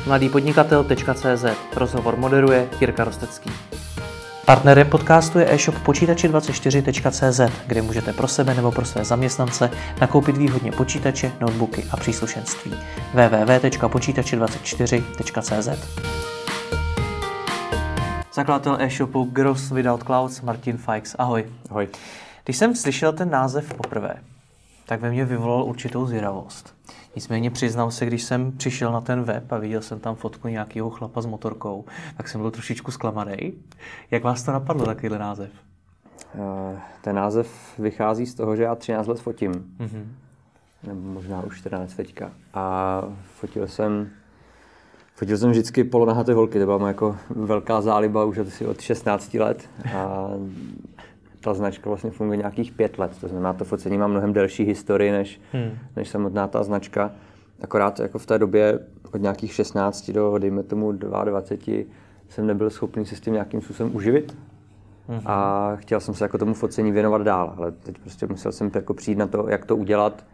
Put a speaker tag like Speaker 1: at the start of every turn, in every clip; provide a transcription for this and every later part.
Speaker 1: mladýpodnikatel.cz. Rozhovor moderuje Jirka Rostecký. Partnerem podcastu je e-shop počítači24.cz, kde můžete pro sebe nebo pro své zaměstnance nakoupit výhodně počítače, notebooky a příslušenství. www.počítači24.cz. Zakladatel e-shopu Growth Without Clouds Martin Feix. Ahoj.
Speaker 2: Ahoj.
Speaker 1: Když jsem slyšel ten název poprvé, tak ve mně vyvolal určitou zvědavost. Nicméně přiznám se, když jsem přišel na ten web a viděl jsem tam fotku nějakého chlapa s motorkou, tak jsem byl trošičku zklamaný. Jak vás to napadlo, takovýhle název?
Speaker 2: Ten název vychází z toho, že já 13 let fotím. Mm-hmm. Nebo možná už 14 teďka. A fotil jsem vždycky polonahaté holky. To byla moje jako velká záliba už asi od 16 let. A ta značka vlastně funguje nějakých 5 let. To znamená, to focení má mnohem delší historii než samotná ta značka. Akorát jako v té době od nějakých 16 do, dejme tomu, 22 jsem nebyl schopný se s tím nějakým způsobem uživit. A chtěl jsem se jako tomu focení věnovat dál. Ale teď prostě musel jsem jako přijít na to, jak to udělat,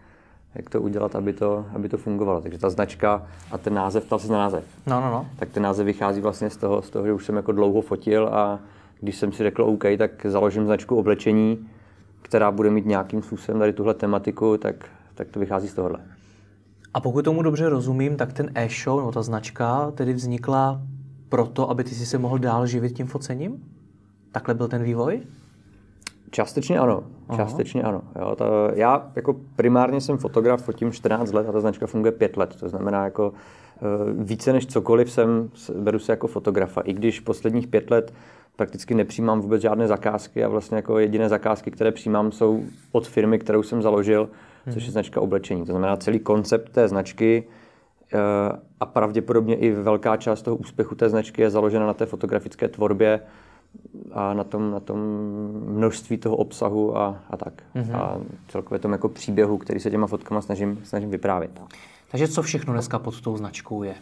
Speaker 2: aby to fungovalo. Takže ta značka a ten název, ptal se na název.
Speaker 1: No.
Speaker 2: Tak ten název vychází vlastně z toho, že už jsem jako dlouho fotil a když jsem si řekl OK, tak založím značku oblečení, která bude mít nějakým způsobem tady tuhle tematiku, tak to vychází z tohohle.
Speaker 1: A pokud tomu dobře rozumím, tak ten e-shop, nebo ta značka, tedy vznikla proto, aby ty si se mohl dál živit tím focením? Takhle byl ten vývoj?
Speaker 2: Částečně ano. Jo, já jako primárně jsem fotograf, fotím 14 let a ta značka funguje 5 let. To znamená jako více než cokoliv beru se jako fotografa. I když posledních 5 let prakticky nepřijímám vůbec žádné zakázky a vlastně jako jediné zakázky, které přijímám, jsou od firmy, kterou jsem založil, což je značka oblečení. To znamená celý koncept té značky a pravděpodobně i velká část toho úspěchu té značky je založena na té fotografické tvorbě a na tom množství toho obsahu a tak. A celkově tom jako příběhu, který se těma fotkama snažím vyprávět.
Speaker 1: Takže co všechno dneska pod tou značkou je?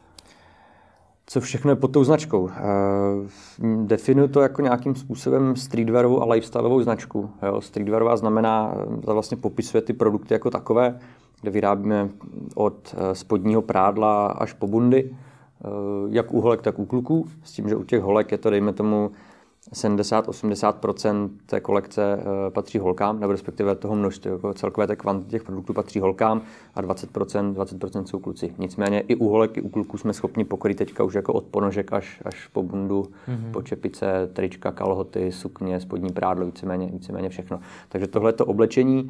Speaker 2: Co všechno je pod tou značkou? Definuji to jako nějakým způsobem streetwearovou a lifestyleovou značku. Jo? Streetwearová znamená, to vlastně popisuje ty produkty jako takové, kde vyrábíme od spodního prádla až po bundy, jak u holek, tak u kluků. S tím, že u těch holek je to, dejme tomu, 70-80% té kolekce patří holkám, nebo respektive toho množství. Jako celkové té kvantity těch produktů patří holkám a 20% jsou kluci. Nicméně i u holek, i u kluků jsme schopni pokrýt teďka už jako od ponožek až po bundu, po čepice, trička, kalhoty, sukně, spodní prádlo, víceméně všechno. Takže tohle je to oblečení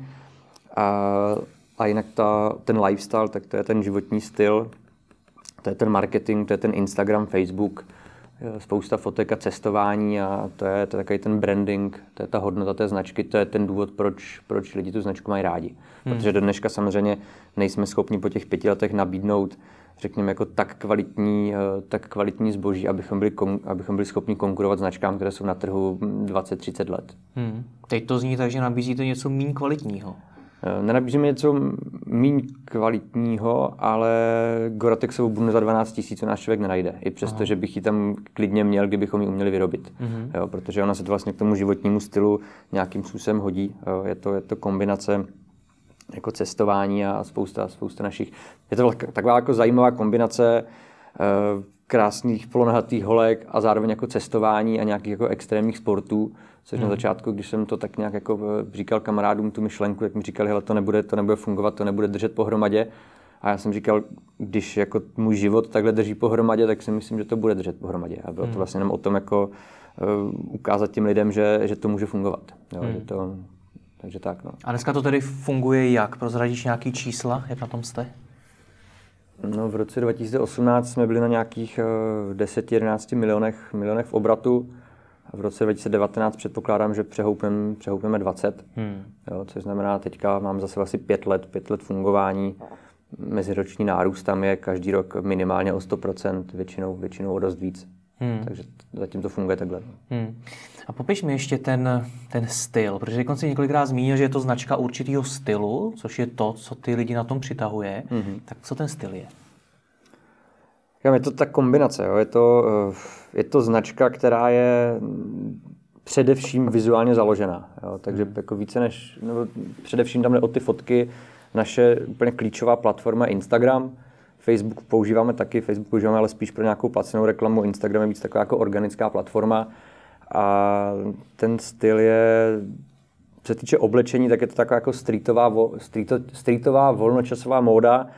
Speaker 2: a jinak ten lifestyle, tak to je ten životní styl, to je ten marketing, to je ten Instagram, Facebook, spousta fotek a cestování a to je takový ten branding, to je ta hodnota té značky, to je ten důvod, proč lidi tu značku mají rádi. Protože do dneška samozřejmě nejsme schopni po těch 5 letech nabídnout, řekněme, jako tak kvalitní zboží, abychom byli schopni konkurovat značkám, které jsou na trhu 20-30 let.
Speaker 1: Teď to zní tak, že nabízíte něco méně kvalitního.
Speaker 2: Nenabízíme něco méně kvalitního, ale Goratexovou bundu za 12 000 náš člověk nenajde. I přesto, že bych ji tam klidně měl, kdybychom ji uměli vyrobit. Jo, protože ona se to vlastně k tomu životnímu stylu nějakým způsobem hodí. Jo, je to kombinace jako cestování a spousta našich... Je to taková jako zajímavá kombinace krásných polonahatých holek a zároveň jako cestování a nějakých jako extrémních sportů. Což na začátku, když jsem to tak nějak jako říkal kamarádům tu myšlenku, tak mi říkali, hele, to nebude fungovat, to nebude držet pohromadě. A já jsem říkal, když jako můj život takhle drží pohromadě, tak si myslím, že to bude držet pohromadě. A bylo to vlastně jenom o tom jako ukázat těm lidem, že to může fungovat. Jo, takže tak, no.
Speaker 1: A dneska to tedy funguje jak? Prozradíš nějaký čísla? Jak na tom jste?
Speaker 2: No, v roce 2018 jsme byli na nějakých 10-11 milionech v obratu. A v roce 2019 předpokládám, že přehoupneme 20. Jo, což znamená, teďka mám zase asi 5 let fungování. Meziroční nárůst tam je každý rok minimálně o 100%, většinou o dost víc. Takže zatím to funguje takhle.
Speaker 1: A popiš mi ještě ten styl, protože teď si několikrát zmínil, že je to značka určitého stylu, což je to, co ty lidi na tom přitahuje. Tak co ten styl je?
Speaker 2: Je to ta kombinace. Jo. Je to značka, která je především vizuálně založená. Jo. Takže jako více než, především tam jde o ty fotky. Naše úplně klíčová platforma je Instagram. Facebook používáme taky, Facebook používáme ale spíš pro nějakou placenou reklamu, Instagram je víc taková jako organická platforma a ten styl je, co se týče oblečení, tak je to taková jako streetová volnočasová móda.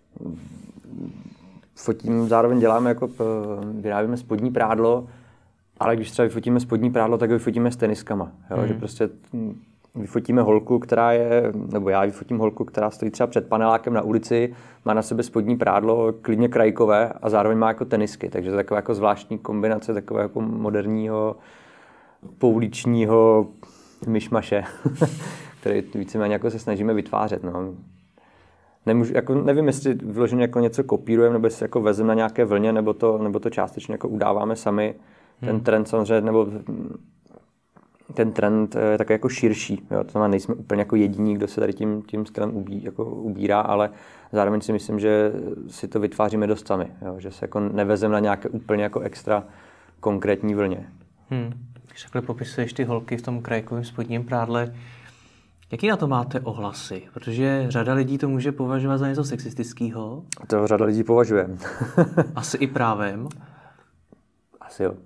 Speaker 2: Fotím, zároveň děláme jako, vyrábíme spodní prádlo, ale když třeba vyfotíme spodní prádlo, tak ho vyfotíme s teniskama. Jo? Že prostě vyfotíme holku, já vyfotím holku, která stojí třeba před panelákem na ulici, má na sebe spodní prádlo, klidně krajkové a zároveň má jako tenisky. Takže to je taková jako zvláštní kombinace takového jako moderního, pouličního myšmaše, který víceméně jako se snažíme vytvářet. No. Nevím, jestli vyloženě jako něco kopírujeme, nebo jestli jako vezeme na nějaké vlně, nebo to částečně jako udáváme sami. Ten trend samozřejmě, nebo ten trend je taky jako širší. Jo? To znamená, nejsme úplně jako jediní, kdo se tady tím stylem ubírá, ale zároveň si myslím, že si to vytváříme dost sami. Jo? Že se jako nevezeme na nějaké úplně jako extra konkrétní vlně.
Speaker 1: Když takhle popisuješ ty holky v tom krajkovém spodním prádle, jaký na to máte ohlasy? Protože řada lidí to může považovat za něco sexistického.
Speaker 2: To řada lidí považuje.
Speaker 1: Asi i právem.
Speaker 2: Asi jo.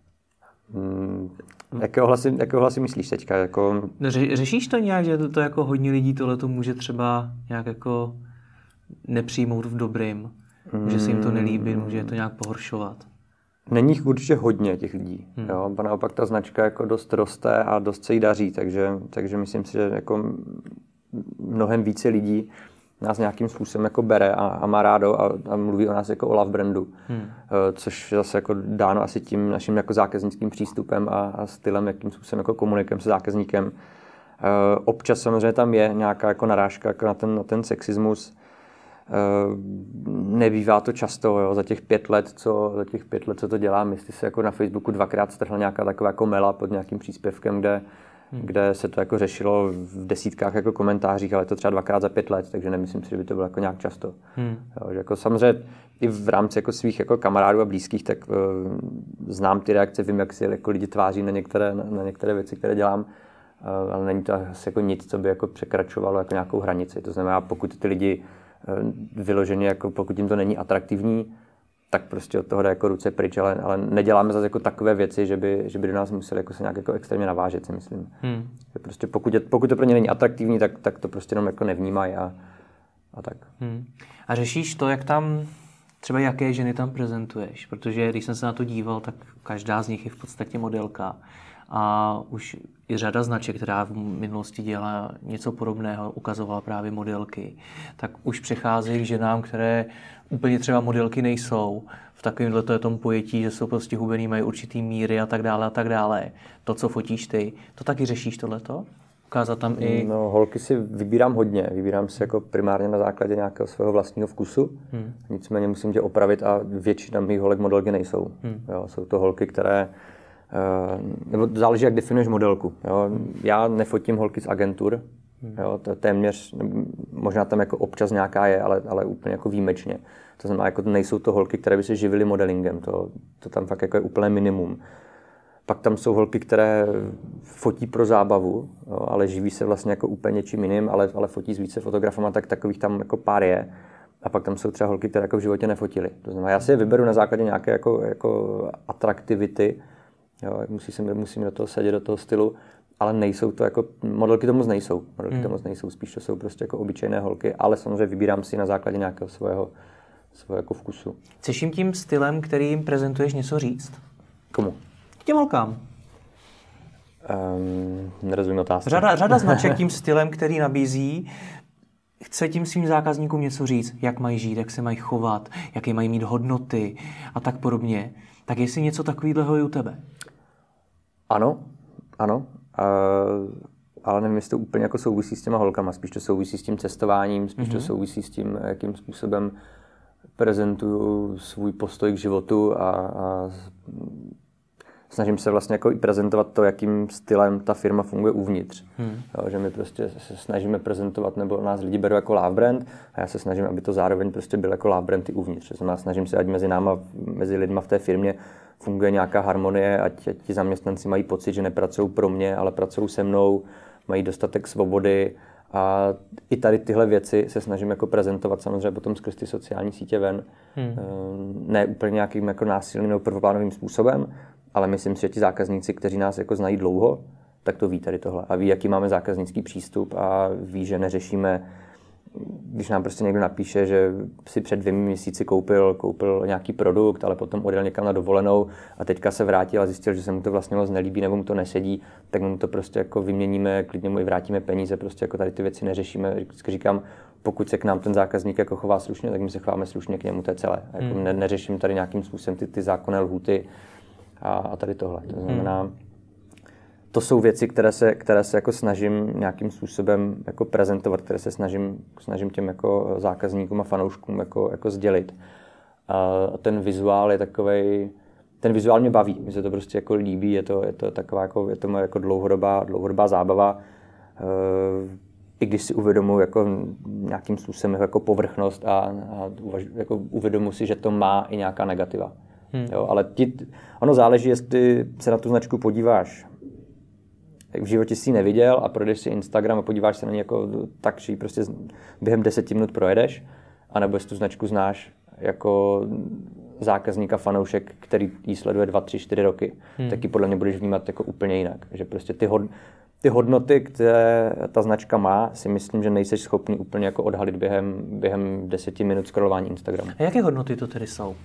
Speaker 2: Jaké ohlasy myslíš teďka? Jako...
Speaker 1: Řešíš to nějak, že to jako hodně lidí tohleto může třeba nějak jako nepřijmout v dobrým? Může se jim to nelíbit, může to nějak pohoršovat?
Speaker 2: Není jich určitě hodně těch lidí. Jo? A naopak ta značka jako dost roste a dost se jí daří, takže myslím si, že jako mnohem více lidí nás nějakým způsobem jako bere a má rádo a mluví o nás jako o love brandu. Což je zase jako dáno asi tím naším jako zákaznickým přístupem a stylem, jakým způsobem jako komunikujeme se zákazníkem. Občas samozřejmě tam je nějaká jako narážka jako na ten sexismus. Nebývá to často, jo, za těch 5 let, co to dělám, jestli se jako na Facebooku 2krát strhla nějaká taková jako mela pod nějakým příspěvkem, kde se to jako řešilo v desítkách jako komentářích, ale to třeba 2krát za 5 let, takže nemyslím si, že by to bylo jako nějak často. Jo, že jako samozřejmě i v rámci jako svých jako kamarádů a blízkých, tak znám ty reakce, vím, jak si jako lidi tváří na některé věci, které dělám, ale není to asi jako nic, co by jako překračovalo jako nějakou hranici. To znamená, pokud ty lidi vyloženě, jako pokud jim to není atraktivní, tak prostě od toho jde jako ruce pryč, ale neděláme zase jako takové věci, že by do nás museli jako se nějak jako extrémně navážet, si myslím. Že prostě pokud to pro ně není atraktivní, tak to prostě jenom jako nevnímají a tak.
Speaker 1: A řešíš to, jak tam, třeba jaké ženy tam prezentuješ? Protože když jsem se na to díval, tak každá z nich je v podstatě modelka. A už i řada značek, která v minulosti dělala něco podobného, ukazovala právě modelky, tak už přechází k ženám, které úplně třeba modelky nejsou, v takovémhle tom pojetí, že jsou prostě hubený, mají určitý míry a tak dále a tak dále. To, co fotíš ty, to taky řešíš tohleto? Ukázat tam i...
Speaker 2: No, holky si vybírám hodně. Vybírám si jako primárně na základě nějakého svého vlastního vkusu. Nicméně musím tě opravit a většina mých holek modelky nejsou. Jo, jsou to holky, které nebo záleží, jak definuješ modelku. Jo. Já nefotím holky z agentur, jo, to téměř, možná tam jako občas nějaká je, ale úplně jako výjimečně. To znamená, jako nejsou to holky, které by se živily modelingem, to tam fakt jako je úplné minimum. Pak tam jsou holky, které fotí pro zábavu, jo, ale živí se vlastně jako úplně něčím jiným, ale fotí s více fotografama, tak takových tam jako pár je. A pak tam jsou třeba holky, které jako v životě nefotily. To znamená, já si je vyberu na základě nějaké jako atraktivity. Jo, musím do toho sedět, do toho stylu, ale nejsou to jako, modelky to moc nejsou. Spíš to jsou prostě jako obyčejné holky, ale samozřejmě vybírám si na základě nějakého svého jako vkusu.
Speaker 1: Chceš jim tím stylem, který jim prezentuješ, něco říct?
Speaker 2: Komu?
Speaker 1: Těm holkám.
Speaker 2: Nerozumím otázku.
Speaker 1: Řada značek tím stylem, který nabízí, chce tím svým zákazníkům něco říct, jak mají žít, jak se mají chovat, jaké mají mít hodnoty a tak podobně. Tak jestli něco takového je u tebe?
Speaker 2: Ano, ale nevím, jestli to úplně jako souvisí s těma holkama, spíš to souvisí s tím cestováním, spíš to souvisí s tím, jakým způsobem prezentuju svůj postoj k životu a snažím se vlastně jako i prezentovat to, jakým stylem ta firma funguje uvnitř. Jo, že my prostě se snažíme prezentovat, nebo nás lidi berou jako love brand a já se snažím, aby to zároveň prostě byl jako love brand i uvnitř. To znamená, snažím se, ať mezi lidma v té firmě funguje nějaká harmonie, ať ti zaměstnanci mají pocit, že nepracují pro mě, ale pracují se mnou, mají dostatek svobody A i tady tyhle věci se snažím jako prezentovat samozřejmě potom skrz ty sociální sítě ven. Ne úplně nějakým jako násilným nebo prvoplánovým způsobem, ale myslím si, že ti zákazníci, kteří nás jako znají dlouho, tak to ví tady tohle. A ví, jaký máme zákaznický přístup a ví, že neřešíme, když nám prostě někdo napíše, že si před 2 měsíci koupil nějaký produkt, ale potom odjel někam na dovolenou a teďka se vrátil a zjistil, že se mu to vlastně moc nelíbí nebo mu to nesedí, tak mu to prostě jako vyměníme, klidně mu i vrátíme peníze, prostě jako tady ty věci neřešíme. Vždycky říkám, pokud se k nám ten zákazník jako chová slušně, tak my se chováme slušně k němu, to je celé. Jako neřeším tady nějakým způsobem ty zákonné lhůty a tady tohle. To znamená, to jsou věci, které se jako snažím nějakým způsobem jako prezentovat, které se snažím těm jako zákazníkům a fanouškům jako sdělit. A ten vizuál je takovej, ten vizuál mě baví, mi se to prostě jako líbí, je to taková jako, je to moje jako dlouhodobá zábava. I když si uvědomuji jako nějakým způsobem jako povrchnost a jako uvědomuji si, že to má i nějaká negativa. Jo, ale ono záleží, jestli se na tu značku podíváš. V životě si ji neviděl a projdeš si Instagram a podíváš se na ní jako tak, že ji prostě během 10 minut projedeš, anebo jestli tu značku znáš jako zákazníka, fanoušek, který ji sleduje 2, 3, 4 roky, tak ji podle mě budeš vnímat jako úplně jinak. Že prostě ty hodnoty, které ta značka má, si myslím, že nejseš schopný úplně jako odhalit během 10 minut scrollování Instagramu.
Speaker 1: A jaké hodnoty to tedy jsou?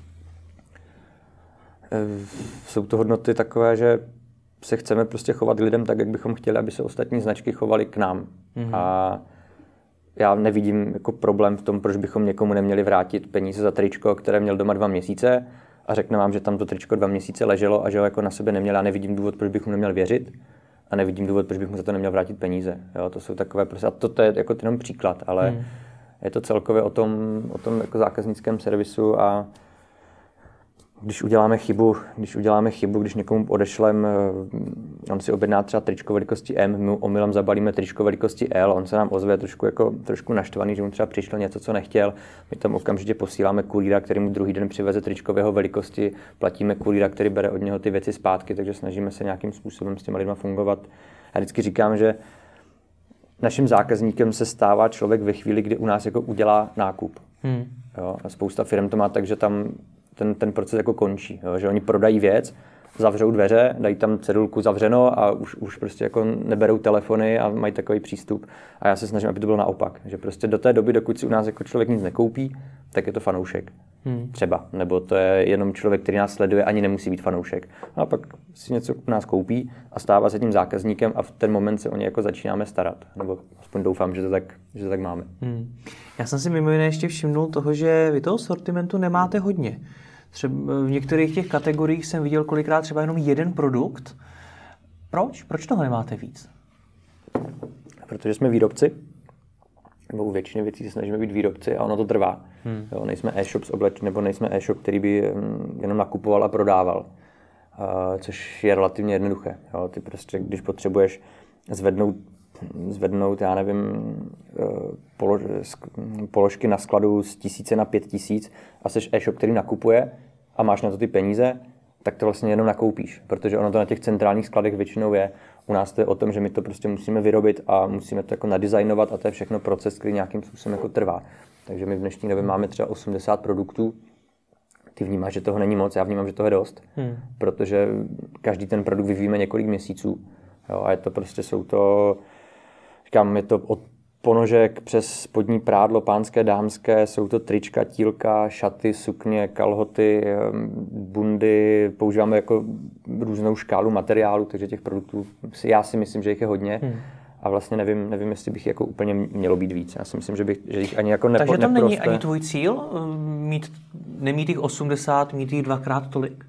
Speaker 2: Jsou to hodnoty takové, že se chceme prostě chovat k lidem tak, jak bychom chtěli, aby se ostatní značky chovaly k nám. A já nevidím jako problém v tom, proč bychom někomu neměli vrátit peníze za tričko, které měl doma 2 měsíce a řekne vám, že tam to tričko 2 měsíce leželo a že ho jako na sebe neměl. Já nevidím důvod, proč bych mu neměl věřit a nevidím důvod, proč bych mu za to neměl vrátit peníze. Jo, to jsou takové prostě, a to je jako jenom příklad, ale je to celkově o tom jako zákaznickém servisu a když uděláme chybu, když někomu odešleme, on si objedná třeba tričko velikosti M, my omylem zabalíme tričko velikosti L, on se nám ozve trošku naštvaný, že mu třeba přišlo něco, co nechtěl, my tam okamžitě posíláme kurýra, který mu druhý den přiveze tričko v jeho velikosti, platíme kurýra, který bere od něho ty věci zpátky, takže snažíme se nějakým způsobem s těma lidma fungovat. Já vždycky říkám, že naším zákazníkem se stává člověk ve chvíli, kdy u nás jako udělá nákup. Jo? A spousta firm to má tak, že tam ten proces jako končí, jo? Že oni prodají věc, zavřou dveře, dají tam cedulku zavřeno a už prostě jako neberou telefony a mají takový přístup. A já se snažím, aby to bylo naopak, že prostě do té doby, dokud si u nás jako člověk nic nekoupí, tak je to fanoušek. Třeba, nebo to je jenom člověk, který nás sleduje, ani nemusí být fanoušek. A pak si něco u nás koupí a stává se tím zákazníkem a v ten moment se o ně jako začínáme starat. Nebo aspoň doufám, že to tak máme.
Speaker 1: Já jsem si mimo jiné ještě všimnul toho, že vy toho sortimentu nemáte hodně. Třeba v některých těch kategoriích jsem viděl kolikrát třeba jenom jeden produkt. Proč? Proč toho nemáte víc?
Speaker 2: Protože jsme výrobci, nebo u většiny věcí se snažíme být výrobci a ono to trvá. Jo, nejsme e-shop nebo nejsme e-shop, který by jenom nakupoval a prodával. Což je relativně jednoduché. Jo, ty prostě, když potřebuješ zvednout, já nevím, položky na skladu z 1000 na 5000 a jsi e-shop, který nakupuje a máš na to ty peníze, tak to vlastně jenom nakoupíš, protože ono to na těch centrálních skladech většinou je. U nás to je o tom, že my to prostě musíme vyrobit a musíme to jako nadizajnovat a to je všechno proces, který nějakým způsobem jako trvá. Takže my v dnešní době máme třeba 80 produktů. Ty vnímáš, že toho není moc, já vnímám, že toho je dost, protože každý ten produkt vyvíjíme několik měsíců. Jo, a je to prostě, je to od ponožek přes spodní prádlo, pánské, dámské, jsou to trička, tílka, šaty, sukně, kalhoty, bundy, používáme jako různou škálu materiálu, takže těch produktů, já si myslím, že jich je hodně a vlastně nevím, jestli bych jako úplně mělo být víc. Já si myslím, že jich ani jako
Speaker 1: Takže to není ani tvůj cíl, nemít jich 80, mít jich 2x tolik?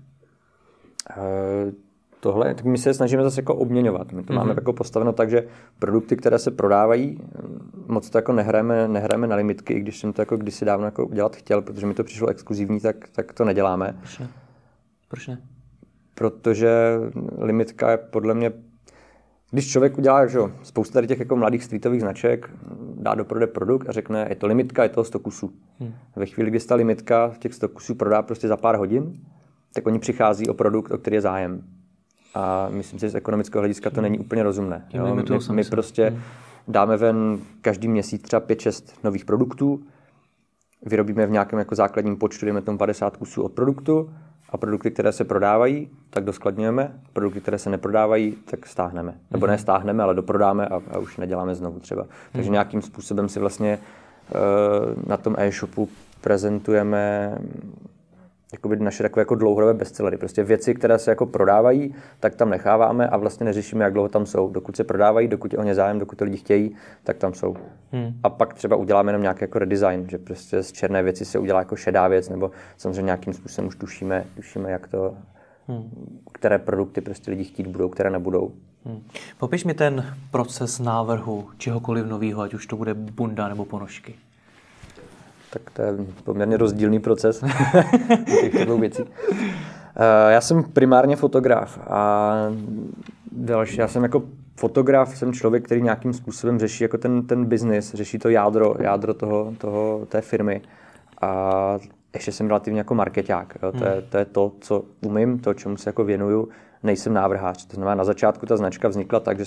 Speaker 2: Tohle, tak my se snažíme zase jako obměňovat. My to máme jako postaveno tak, že produkty, které se prodávají, moc to jako nehrajeme na limitky, i když jsem to jako kdysi dávno jako udělat chtěl, protože mi to přišlo exkluzivní, tak to neděláme.
Speaker 1: Proč ne?
Speaker 2: Protože limitka je podle mě, když člověk udělá, že spousta tady těch jako mladých streetových značek, dá do prodeje produkt a řekne, je to limitka, je to 100 kusů. Ve chvíli, kdy ta limitka těch 100 kusů prodá prostě za pár hodin, tak oni přichází o produkt, o který je zájem. A myslím si, že z ekonomického hlediska to není úplně rozumné. Jo? My prostě dáme ven každý měsíc třeba 5-6 nových produktů, vyrobíme v nějakém jako základním počtu, dejme tomu 50 kusů od produktu a produkty, které se prodávají, tak doskladňujeme, produkty, které se neprodávají, tak stáhneme. Nebo ne stáhneme, ale doprodáme a už neděláme znovu třeba. Takže nějakým způsobem si vlastně na tom e-shopu prezentujeme jakoby naše takové jako dlouhodobé bestsellery. Prostě věci, které se jako prodávají, tak tam necháváme a vlastně neřešíme, jak dlouho tam jsou. Dokud se prodávají, dokud je o ně zájem, dokud to lidi chtějí, tak tam jsou. A pak třeba uděláme jenom nějaký jako redesign, že prostě z černé věci se udělá jako šedá věc, nebo samozřejmě nějakým způsobem už tušíme jak to, které produkty prostě lidi chtít budou, které nebudou.
Speaker 1: Popiš mi ten proces návrhu čehokoliv nového, ať už to bude bunda nebo ponožky.
Speaker 2: Tak to je poměrně rozdílný proces těch dvou věcí. Já jsem primárně fotograf a další, já jsem jako fotograf, jsem člověk, který nějakým způsobem řeší jako ten business, řeší to jádro té firmy a ještě jsem relativně jako markeťák. To je to, co umím, to, čemu se jako věnuju, nejsem návrhář. To znamená, na začátku ta značka vznikla tak, že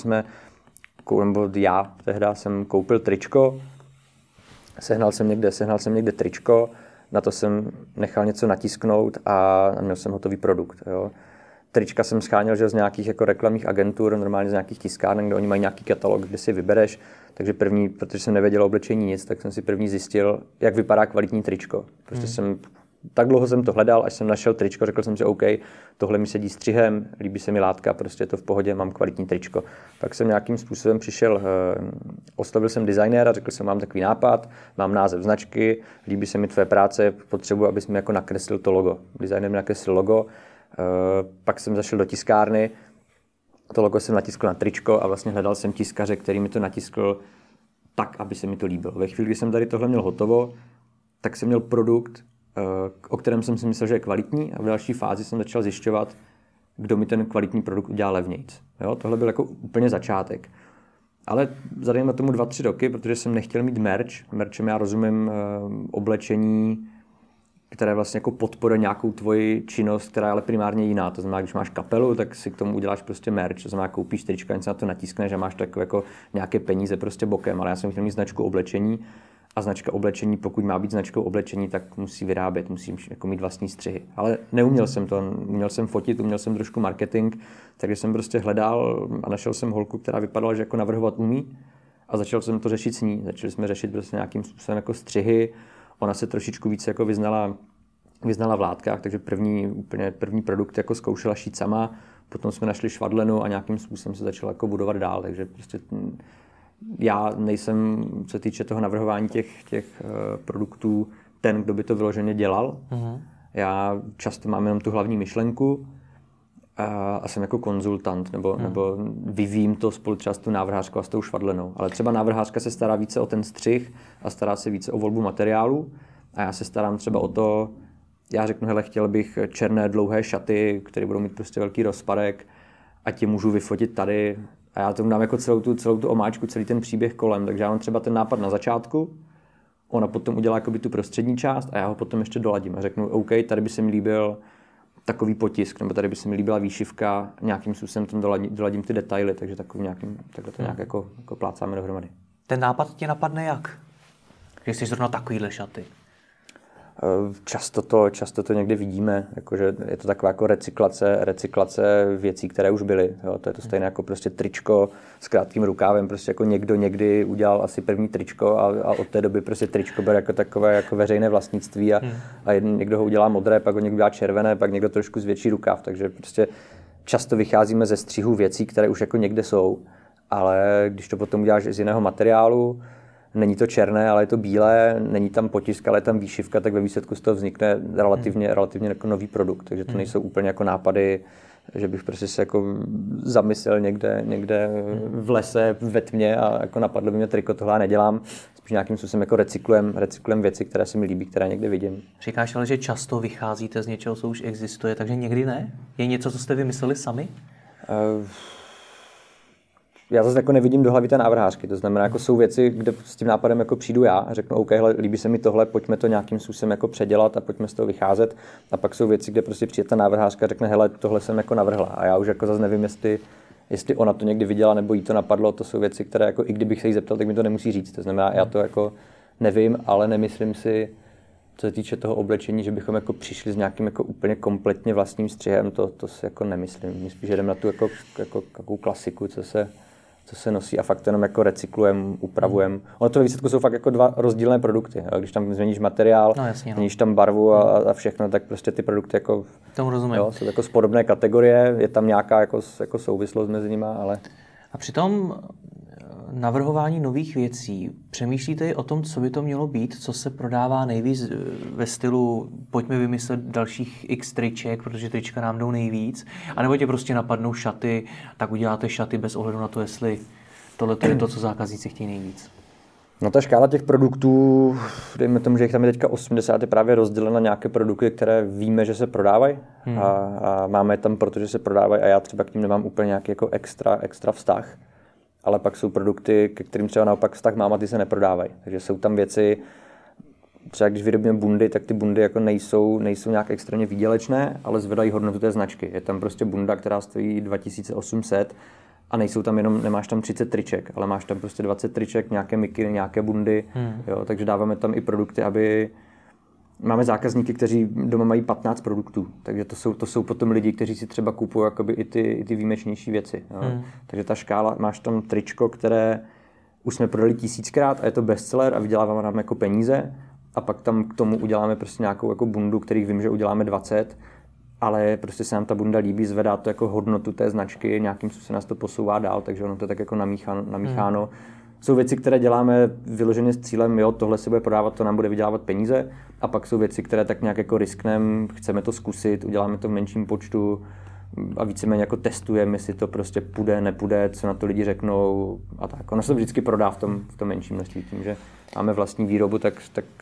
Speaker 2: já tehdy jsem koupil tričko, Sehnal jsem někde tričko, na to jsem nechal něco natisknout a měl jsem hotový produkt. Jo. Trička jsem scháněl z nějakých jako reklamních agentur, normálně z nějakých tiskáren, kde oni mají nějaký katalog, kde si vybereš. Takže první, protože jsem nevěděl o oblečení nic, tak jsem si první zjistil, jak vypadá kvalitní tričko. Prostě tak dlouho jsem to hledal, až jsem našel tričko, řekl jsem si, OK, tohle mi sedí střihem, líbí se mi látka, prostě je to v pohodě, mám kvalitní tričko. Pak jsem nějakým způsobem přišel, oslovil jsem designéra, řekl jsem, mám takový nápad, mám název značky, líbí se mi tvé práce, potřebuji, abys mi jako nakreslil to logo. Designér mi nakreslil logo, pak jsem zašel do tiskárny, to logo jsem natiskl na tričko a vlastně hledal jsem tiskaře, který mi to natiskl tak, aby se mi to líbilo. Ve chvíli, kdy jsem tady tohle měl hotovo, tak jsem měl produkt, o kterém jsem si myslel, že je kvalitní a v další fázi jsem začal zjišťovat, kdo mi ten kvalitní produkt udělá levnějc. Jo, tohle byl jako úplně začátek. Ale zadejme tomu 2-3 roky, protože jsem nechtěl mít merch. Merchem já rozumím oblečení, které vlastně jako podporuje nějakou tvoji činnost, která je ale primárně jiná. To znamená, když máš kapelu, tak si k tomu uděláš prostě merch. To znamená, koupíš trička, něco na to natiskneš a máš takové jako nějaké peníze prostě bokem. Ale já jsem chtěl mít značku oblečení. A značka oblečení, pokud má být značkou oblečení, tak musí vyrábět, musím jako mít vlastní střihy. Ale neuměl jsem to, uměl jsem fotit, uměl jsem trošku marketing, takže jsem prostě hledal a našel jsem holku, která vypadala, že jako navrhovat umí a začal jsem to řešit s ní. Začali jsme řešit prostě nějakým způsobem jako střihy, ona se trošičku více jako vyznala v látkách, takže první produkt jako zkoušela šít sama, potom jsme našli švadlenu a nějakým způsobem se začalo jako budovat dál, takže prostě já nejsem, co se týče toho navrhování těch produktů, ten, kdo by to vyloženě dělal. Já často mám jenom tu hlavní myšlenku a jsem jako konzultant, nebo vyvím to spolu třeba s tou návrhářkou a s tou švadlenou. Ale třeba návrhářka se stará více o ten střih a stará se více o volbu materiálu a já se starám třeba o to, já řeknu, hele, chtěl bych černé dlouhé šaty, které budou mít prostě velký rozpadek a ti můžu vyfotit tady. A já tomu dám jako celou tu omáčku, celý ten příběh kolem. Takže já mám třeba ten nápad na začátku, ona potom udělá jakoby tu prostřední část a já ho potom ještě doladím. A řeknu, OK, tady by se mi líbil takový potisk, nebo tady by se mi líbila výšivka, nějakým způsobem tam doladím ty detaily, takže takhle to nějak jako plácáme dohromady.
Speaker 1: Ten nápad ti napadne jak? Když jsi zrovna takovýhle šaty?
Speaker 2: Často to někdy vidíme, jakože je to taková jako recyklace věcí, které už byly. Jo, to je to stejné jako prostě tričko s krátkým rukávem, prostě jako někdo někdy udělal asi první tričko a od té doby prostě tričko bere jako takové jako veřejné vlastnictví a někdo ho udělá modré, pak ho někdo udělá červené, pak někdo trošku zvětší rukáv, takže prostě často vycházíme ze střihu věcí, které už jako někde jsou, ale když to potom uděláš z jiného materiálu, není to černé, ale je to bílé, není tam potisk, ale je tam výšivka, tak ve výsledku z toho vznikne relativně jako nový produkt. Takže to nejsou úplně jako nápady, že bych prostě se jako zamyslel někde v lese, ve tmě a jako napadlo by mě triko, tohle nedělám. Spíš nějakým způsobem jako recyklujem věci, které se mi líbí, které někde vidím.
Speaker 1: Říkáš ale, že často vycházíte z něčeho, co už existuje, takže někdy ne? Je něco, co jste vymysleli sami?
Speaker 2: Já zase jako nevidím do hlavy té návrhářky, to znamená, jako jsou věci, kde s tím nápadem jako přijdu já a řeknu, OK, hele, líbí se mi tohle, pojďme to nějakým způsobem jako předělat a pojďme z toho vycházet. A pak jsou věci, kde prostě přijde ta návrhářka a řekne, hele, tohle jsem jako navrhla a já už jako zase nevím, jestli Jestli ona to někdy viděla nebo jí to napadlo, to jsou věci, které jako i kdybych se jí zeptal, tak mi to nemusí říct. To znamená, já to jako nevím, ale nemyslím si, co se týče toho oblečení, že bychom jako přišli s nějakým jako úplně kompletně vlastním střihem, to si jako nemyslím. My spíš jdeme na tu jako klasiku, co se nosí a fakt jenom jako recyklujeme, upravujeme. Ono to ve výsledku jsou fakt jako dva rozdílné produkty. Jo? Když tam změníš materiál, změníš tam barvu a všechno, tak prostě ty produkty jako
Speaker 1: tomu rozumím.
Speaker 2: Jo, jsou jako z podobné kategorie, je tam nějaká jako souvislost mezi nima, ale...
Speaker 1: A při tom navrhování nových věcí přemýšlíte i o tom, co by to mělo být, co se prodává nejvíc ve stylu pojďme vymyslet dalších x triček, protože trička nám jdou nejvíc, anebo tě prostě napadnou šaty, tak uděláte šaty bez ohledu na to, jestli tohle je to, co zákazníci chtějí nejvíc.
Speaker 2: No ta škála těch produktů, dejme tomu, že jich tam je teďka 80, je právě rozdělena na nějaké produkty, které víme, že se prodávají a máme je tam, protože se prodávají a já třeba k ním nemám úplně nějaký jako extra vztah. Ale pak jsou produkty, ke kterým třeba naopak vztah mám a ty se neprodávají. Takže jsou tam věci, třeba když vyrobíme bundy, tak ty bundy jako nejsou nějak extrémně výdělečné, ale zvedají hodnotu té značky. Je tam prostě bunda, která stojí 2800 a nejsou tam jenom, nemáš tam 30 triček, ale máš tam prostě 20 triček, nějaké mikiny, nějaké bundy. Jo, takže dáváme tam i produkty, aby... Máme zákazníky, kteří doma mají 15 produktů, takže to jsou potom lidi, kteří si třeba kupují jakoby i ty výjimečnější věci. Jo. Takže ta škála, máš tam tričko, které už jsme prodali 1000krát a je to bestseller a vyděláváme nám jako peníze a pak tam k tomu uděláme prostě nějakou jako bundu, kterých vím, že uděláme 20, ale prostě se nám ta bunda líbí, zvedá to jako hodnotu té značky, nějakým způsobem nás to posouvá dál, takže ono to je tak jako namícháno. Jsou věci, které děláme vyloženě s cílem, jo, tohle se bude prodávat, to nám bude vydělávat peníze. A pak jsou věci, které tak nějak jako riskneme, chceme to zkusit, uděláme to v menším počtu a víceméně jako testujeme, jestli to prostě půjde, nepůjde, co na to lidi řeknou a tak. Ono se to vždycky prodá v tom menším množství. Tím, že máme vlastní výrobu, tak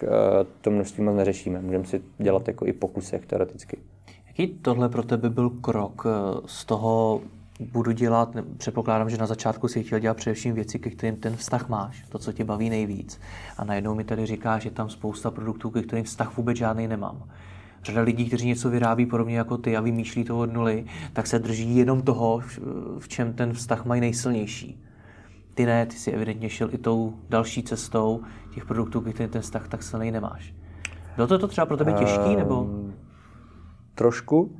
Speaker 2: to množství moc neřešíme. Můžeme si dělat jako i pokusech teoreticky.
Speaker 1: Jaký tohle pro tebe byl krok z toho budu dělat, předpokládám, že na začátku si chtěl dělat především věci, ke kterým ten vztah máš, to, co tě baví nejvíc. A najednou mi tady říkáš, že je tam spousta produktů, ke kterým vztah vůbec žádný nemám. Řada lidí, kteří něco vyrábí podobně jako ty a vymýšlí to od nuly, tak se drží jenom toho, v čem ten vztah mají nejsilnější. Ty ne, ty si evidentně šel i tou další cestou těch produktů, ke kterým ten vztah tak silný nemáš. Bylo to třeba pro tebe těžký, nebo?
Speaker 2: Trošku.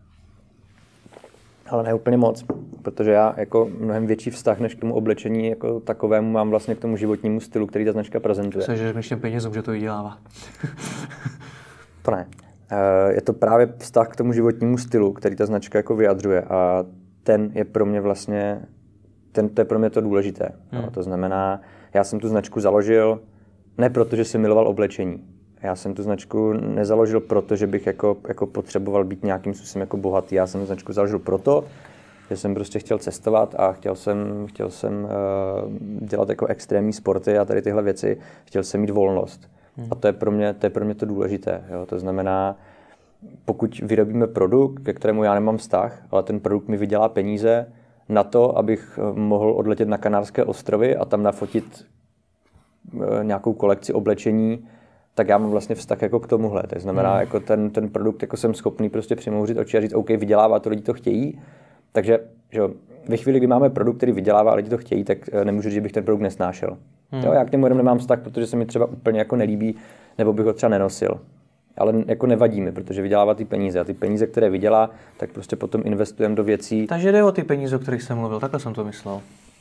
Speaker 2: Ale ne úplně moc, protože já jako mnohem větší vztah než k tomu oblečení jako takovému mám vlastně k tomu životnímu stylu, který ta značka prezentuje.
Speaker 1: Že myšlím penězům, že to vydělává.
Speaker 2: To ne. Je to právě vztah k tomu životnímu stylu, který ta značka jako vyjadřuje a ten je pro mě vlastně, to je pro mě to důležité. No, to znamená, já jsem tu značku založil ne proto, že jsem miloval oblečení. Já jsem tu značku nezaložil proto, že bych jako potřeboval být nějakým způsobem jako bohatý. Já jsem tu značku založil proto, že jsem prostě chtěl cestovat a chtěl jsem dělat jako extrémní sporty a tady tyhle věci. Chtěl jsem mít volnost. A to je pro mě to důležité. Jo? To znamená, pokud vyrobíme produkt, ke kterému já nemám vztah, ale ten produkt mi vydělá peníze na to, abych mohl odletět na Kanárské ostrovy a tam nafotit nějakou kolekci oblečení, tak já mám vlastně vztah jako k tomuhle. To znamená, jako ten produkt jako jsem schopný prostě přimouřit oči a říct, OK, vydělává to, lidi to chtějí. Takže že ve chvíli, kdy máme produkt, který vydělává a lidi to chtějí, tak nemůžu říct, že bych ten produkt nesnášel. Jo, já k němu nemám vztah, protože se mi třeba úplně jako nelíbí, nebo bych ho třeba nenosil. Ale jako nevadí mi, protože vydělává ty peníze. A ty peníze, které vydělá, tak prostě potom investujeme do věcí.
Speaker 1: Takže jde o ty peníze, o kterých jsem mluvil, takhle jsem to myslel.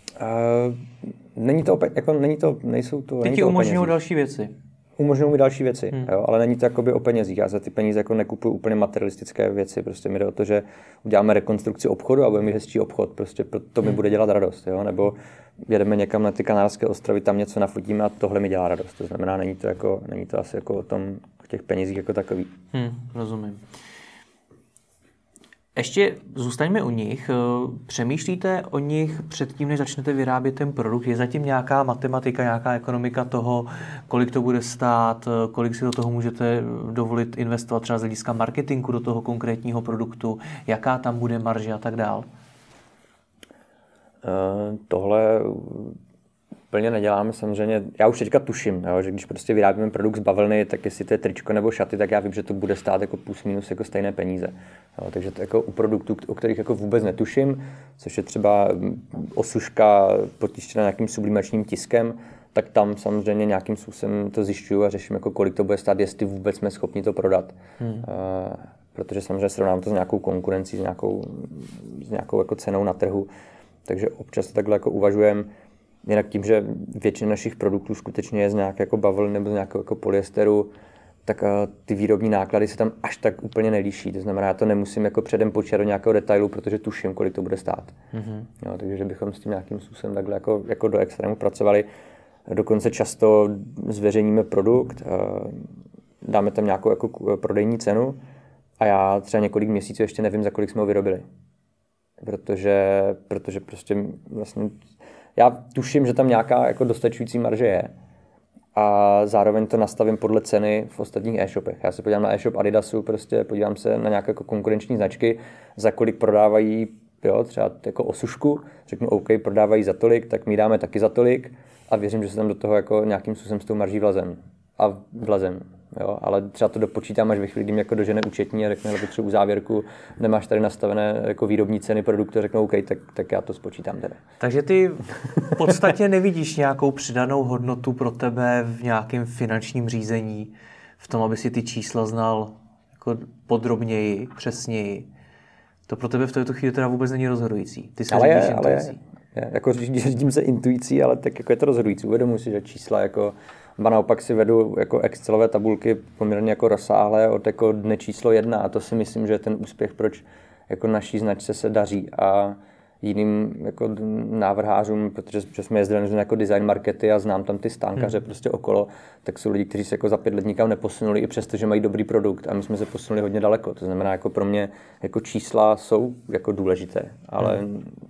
Speaker 2: Nejsou to.
Speaker 1: Ty ti umožňují další věci.
Speaker 2: Umožňují mi další věci, jo, ale není to jakoby o penězích. Já za ty peníze jako nekupuju úplně materialistické věci. Prostě mi jde o to, že uděláme rekonstrukci obchodu a budeme mít hezčí obchod. Prostě to mi bude dělat radost, jo, nebo jedeme někam na ty Kanárské ostrovy, tam něco nafotíme a tohle mi dělá radost. To znamená, není to asi jako o tom, o těch penězích jako takový.
Speaker 1: Rozumím. Ještě zůstaňme u nich. Přemýšlíte o nich předtím, než začnete vyrábět ten produkt? Je zatím nějaká matematika, nějaká ekonomika toho, kolik to bude stát, kolik si do toho můžete dovolit investovat třeba z hlediska marketingu do toho konkrétního produktu, jaká tam bude marže a tak dál?
Speaker 2: Tohle úplně neděláme samozřejmě. Já už teďka tuším, jo, že když prostě vyrábíme produkt z bavlny, tak jestli to je tričko nebo šaty, tak já vím, že to bude stát jako plus minus jako stejné peníze. Jo, takže to jako u produktů, o kterých jako vůbec netuším, což je třeba osuška potištěna nějakým sublimačním tiskem, tak tam samozřejmě nějakým způsobem to zjišťuju a řeším, jako kolik to bude stát, jestli vůbec jsme schopni to prodat. Protože samozřejmě srovnám to s nějakou konkurencí, s nějakou jako cenou na trhu. Takže občas to takhle jako uvažujem. Jinak tím, že většina našich produktů skutečně je z nějaké jako bavlny nebo z nějakého jako polyesteru, tak ty výrobní náklady se tam až tak úplně nelíší. To znamená, já to nemusím jako předem počítat do nějakého detailu, protože tuším, kolik to bude stát. Jo, takže bychom s tím nějakým způsobem takhle jako do extrému pracovali. Dokonce často zveřejníme produkt, dáme tam nějakou jako prodejní cenu a já třeba několik měsíců ještě nevím, za kolik jsme ho vyrobili. Protože prostě vlastně já tuším, že tam nějaká jako dostačující marže je a zároveň to nastavím podle ceny v ostatních e-shopech. Já se podívám na e-shop Adidasu, prostě podívám se na nějaké jako konkurenční značky, za kolik prodávají, jo, třeba jako osušku, řeknu OK, prodávají za tolik, tak my dáme taky za tolik a věřím, že se tam do toho jako nějakým způsobem s tou marží vlezem. Jo, ale třeba to dopočítám až ve chvíli, kdy mě jako dožene účetní a řekne, že potřebuji závěrku, nemáš tady nastavené jako výrobní ceny produktu, řeknou OK, tak já to spočítám teda.
Speaker 1: Takže ty v podstatě nevidíš nějakou přidanou hodnotu pro tebe v nějakém finančním řízení, v tom, aby si ty čísla znal jako podrobněji, přesněji. To pro tebe v této chvíli teda vůbec není rozhodující. Ty se řídíš intuicí.
Speaker 2: Jako řídím se intuicí, ale tak jako je to rozhodující. Uvědomuji si, že čísla jako naopak si vedu jako excelové tabulky poměrně jako rozsáhlé od jako dne číslo 1 a to si myslím, že je ten úspěch, proč jako naší značce se daří a jiným jako návrhářům, protože jsme jezdili jako design markety a znám tam ty stánkaře prostě okolo, tak jsou lidi, kteří se jako za 5 let nikam neposunuli i přesto, že mají dobrý produkt a my jsme se posunuli hodně daleko. To znamená, jako pro mě jako čísla jsou jako důležité, ale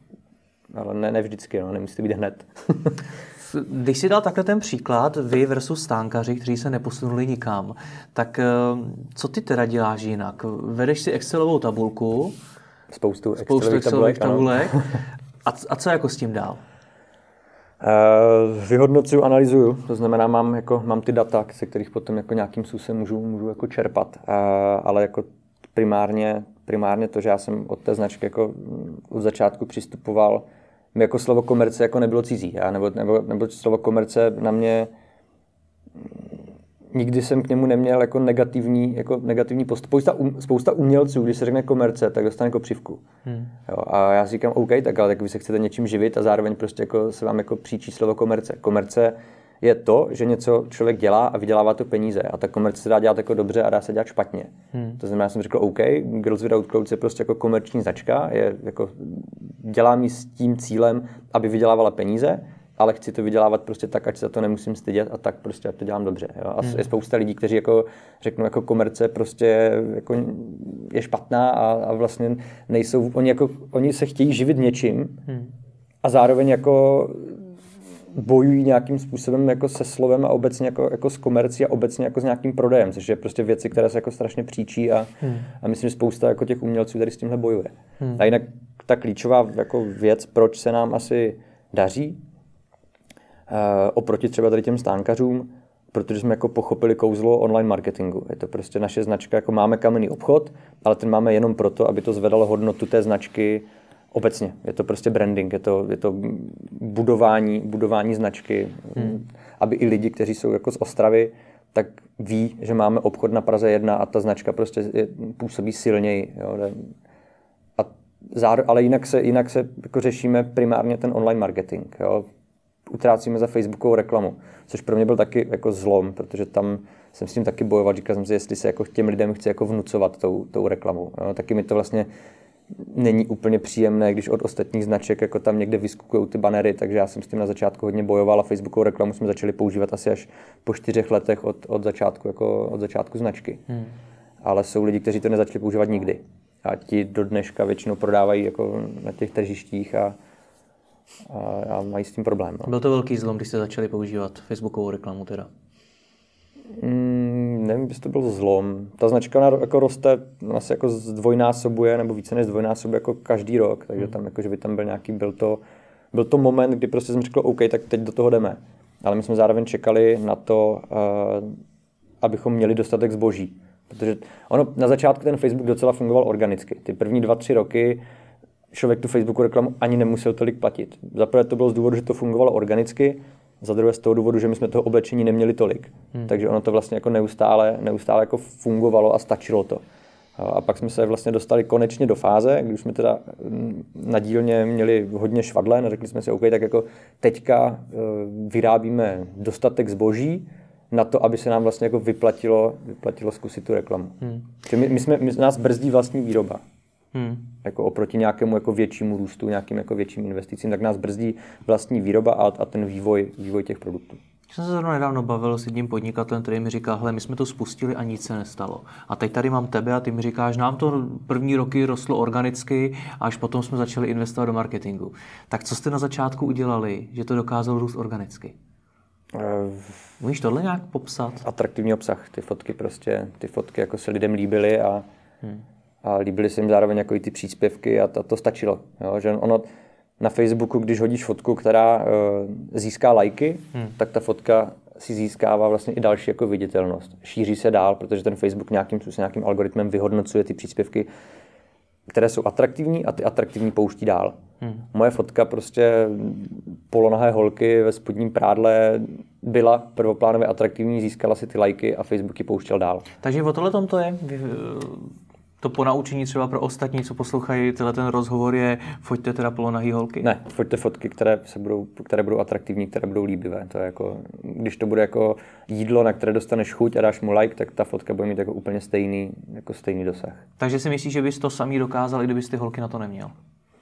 Speaker 2: ne vždycky, no, nemusí to být hned.
Speaker 1: Když si dal takhle ten příklad, vy versus stánkaři, kteří se neposunuli nikam, tak co ty teda děláš jinak? Vedeš si Excelovou tabulku,
Speaker 2: spoustu Excelových tabulek.
Speaker 1: A co jako s tím dál?
Speaker 2: Vyhodnocuju, analyzuju, to znamená, mám ty data, se kterých potom jako nějakým způsobem můžu jako čerpat, ale jako primárně to, že já jsem od té značky jako od začátku přistupoval, mi jako slovo komerce jako nebylo cizí, nebo slovo komerce na mě, nikdy jsem k němu neměl jako negativní postup. Spousta umělců, když se řekne komerce, tak dostane jako přívku. Jo, a já si říkám, OK, tak vy se chcete něčím živit a zároveň prostě jako se vám jako příčí slovo komerce. Komerce je to, že něco člověk dělá a vydělává to peníze. A ta komerce se dá dělat jako dobře a dá se dělat špatně. To znamená, já jsem řekl, OK, Girls Without Clothes je prostě jako komerční značka, dělám ji s tím cílem, aby vydělávala peníze, ale chci to vydělávat prostě tak, ať se za to nemusím stydět a tak prostě, ať to dělám dobře. Jo? A je spousta lidí, kteří jako řeknou, jako komerce prostě jako je špatná a vlastně nejsou, oni se chtějí živit něčím a zároveň jako bojují nějakým způsobem jako se slovem a obecně jako s komercí a obecně jako s nějakým prodejem, což je prostě věci, které se jako strašně příčí a myslím, že spousta jako těch umělců tady s tímhle bojuje. A jinak ta klíčová jako věc, proč se nám asi daří, oproti třeba tady těm stánkařům, protože jsme jako pochopili kouzlo online marketingu. Je to prostě naše značka, jako máme kamenný obchod, ale ten máme jenom proto, aby to zvedalo hodnotu té značky obecně. Je to prostě branding, je to budování značky, aby i lidi, kteří jsou jako z Ostravy, tak ví, že máme obchod na Praze 1 a ta značka prostě působí silněji. Jo. Ale jinak se jako řešíme primárně ten online marketing. Jo. Utrácíme za Facebookovou reklamu, což pro mě byl taky jako zlom, protože tam jsem s tím taky bojoval, říkal jsem si, jestli se jako těm lidem chci jako vnucovat tou reklamou. Jo. Taky mi to vlastně není úplně příjemné, když od ostatních značek jako tam někde vyskukují ty banery, takže já jsem s tím na začátku hodně bojoval a Facebookovou reklamu jsme začali používat asi až po 4 letech od začátku značky. Ale jsou lidi, kteří to nezačali používat nikdy. A ti do dneška většinou prodávají jako na těch tržištích a mají s tím problém. No.
Speaker 1: Byl to velký zlom, když jste začali používat Facebookovou reklamu teda?
Speaker 2: Nevím, jestli to byl zlom. Ta značka jako roste, asi jako zdvojnásobuje nebo více než zdvojnásobuje jako každý rok, takže tam jako, že by tam byl nějaký, byl to moment, kdy prostě jsem řekl, OK, tak teď do toho jdeme. Ale my jsme zároveň čekali na to, abychom měli dostatek zboží. Protože ono na začátku ten Facebook docela fungoval organicky. Ty první 2-3 roky člověk tu Facebooku reklamu ani nemusel tolik platit. Za prvé to bylo z důvodu, že to fungovalo organicky, za druhé z toho důvodu, že my jsme toho oblečení neměli tolik. Takže ono to vlastně jako neustále jako fungovalo a stačilo to. A pak jsme se vlastně dostali konečně do fáze, když jsme teda na dílně měli hodně švadlen a řekli jsme si, OK, tak jako teďka vyrábíme dostatek zboží na to, aby se nám vlastně jako vyplatilo zkusit tu reklamu. My nás brzdí vlastní výroba. Jako oproti nějakému jako většímu růstu, nějakým jako větším investicím, tak nás brzdí vlastní výroba a ten vývoj těch produktů.
Speaker 1: Já jsem se zrovna nedávno bavil s jedním podnikatelem, který mi říkal, hele, my jsme to spustili a nic se nestalo. A teď tady mám tebe a ty mi říkáš, nám to první roky rostlo organicky a až potom jsme začali investovat do marketingu. Tak co jste na začátku udělali, že to dokázalo růst organicky? Můžeš tohle nějak popsat?
Speaker 2: Atraktivní obsah, ty fotky jako se lidem líbily a líbily se jim zároveň jako i ty příspěvky a to stačilo. Jo? Že ono na Facebooku, když hodíš fotku, která získá lajky, tak ta fotka si získává vlastně i další jako viditelnost. Šíří se dál, protože ten Facebook nějakým algoritmem vyhodnocuje ty příspěvky, které jsou atraktivní a ty atraktivní pouští dál. Moje fotka prostě polonahé holky ve spodním prádle byla prvoplánově atraktivní, získala si ty lajky a Facebook ji pouštěl dál.
Speaker 1: Takže o tohle tom to je? To ponaučení třeba pro ostatní, co poslouchají ten rozhovor je, foťte teda polonahý holky?
Speaker 2: Ne, foťte fotky, které budou atraktivní, které budou líbivé. To je jako, když to bude jako jídlo, na které dostaneš chuť a dáš mu like, tak ta fotka bude mít jako úplně stejný dosah.
Speaker 1: Takže si myslíš, že bys to samý dokázal, i kdybys ty holky na to neměl?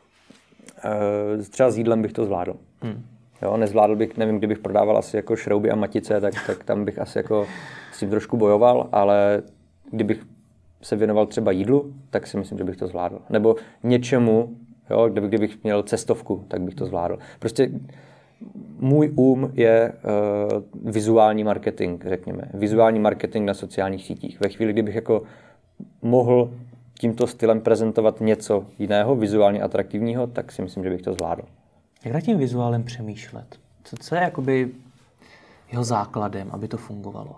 Speaker 2: Třeba s jídlem bych to zvládl. Jo, nezvládl bych, nevím, kdybych prodával asi jako šrouby a matice, tak tam bych asi jako s tím trošku bojoval, ale kdybych se věnoval třeba jídlu, tak si myslím, že bych to zvládl. Nebo něčemu, jo, kdybych měl cestovku, tak bych to zvládl. Prostě můj je vizuální marketing, řekněme. Vizuální marketing na sociálních sítích. Ve chvíli, kdybych jako mohl tímto stylem prezentovat něco jiného, vizuálně atraktivního, tak si myslím, že bych to zvládl.
Speaker 1: Jak nad tím vizuálem přemýšlet? Co je jakoby jeho základem, aby to fungovalo?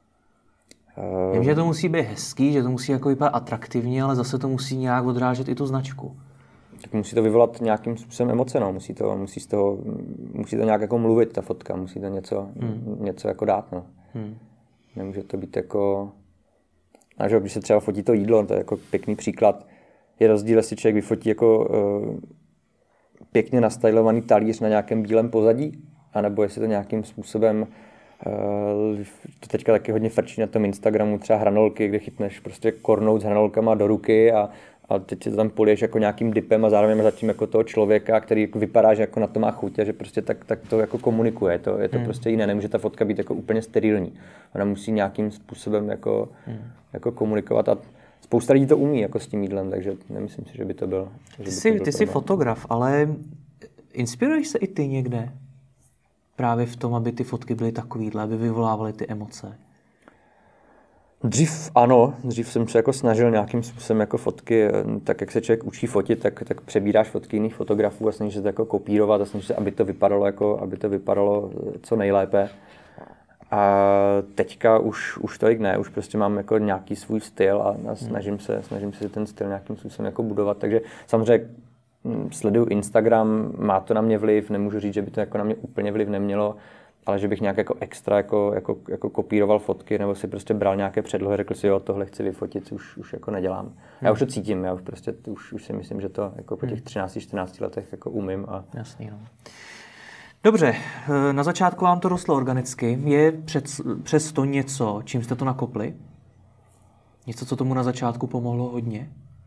Speaker 1: Vím, že to musí být hezký, že to musí jako vypadat atraktivně, ale zase to musí nějak odrážet i tu značku.
Speaker 2: Tak musí to vyvolat nějakým způsobem emoce, no. Musí to nějak jako mluvit, ta fotka, musí to něco jako dát, no. Nemůže to být jako... A že když se třeba fotí to jídlo, to je jako pěkný příklad. Je rozdíl, jestli člověk vyfotí jako pěkně nastylovaný talíř na nějakém bílém pozadí, anebo jestli to nějakým způsobem to teďka taky hodně frčí na tom Instagramu, třeba hranolky, kde chytneš prostě kornout s hranolkama do ruky a teď se to tam poliješ jako nějakým dipem a zároveň zatím jako toho člověka, který vypadá, že jako na to má chuť a že prostě tak to jako komunikuje. Je to prostě jiné, nemůže ta fotka být jako úplně sterilní. Ona musí nějakým způsobem jako komunikovat a spousta lidí to umí jako s tím jídlem, takže nemyslím si, že by to byl.
Speaker 1: Ty jsi fotograf, ale inspiruješ se i ty někde? Právě v tom, aby ty fotky byly takovýhle, aby vyvolávaly ty emoce?
Speaker 2: Dřív jsem se jako snažil nějakým způsobem jako fotky, tak jak se člověk učí fotit, tak přebíráš fotky jiných fotografů a snažíš se to jako kopírovat a snažíš se, aby to vypadalo co nejlépe. A teďka už tolik ne, už prostě mám jako nějaký svůj styl a snažím se ten styl nějakým způsobem jako budovat, takže samozřejmě sleduju Instagram, má to na mě vliv, nemůžu říct, že by to jako na mě úplně vliv nemělo, ale že bych nějak jako extra jako kopíroval fotky nebo si prostě bral nějaké předlohy, řekl si, jo, tohle chci vyfotit, už jako nedělám. Já už to cítím, já už si myslím, že to jako po těch 13-14 letech jako umím.
Speaker 1: Jasný, no. Dobře, na začátku vám to rostlo organicky. Je přes to něco, čím jste to nakopli? Něco, co tomu na začátku pomohlo hodně?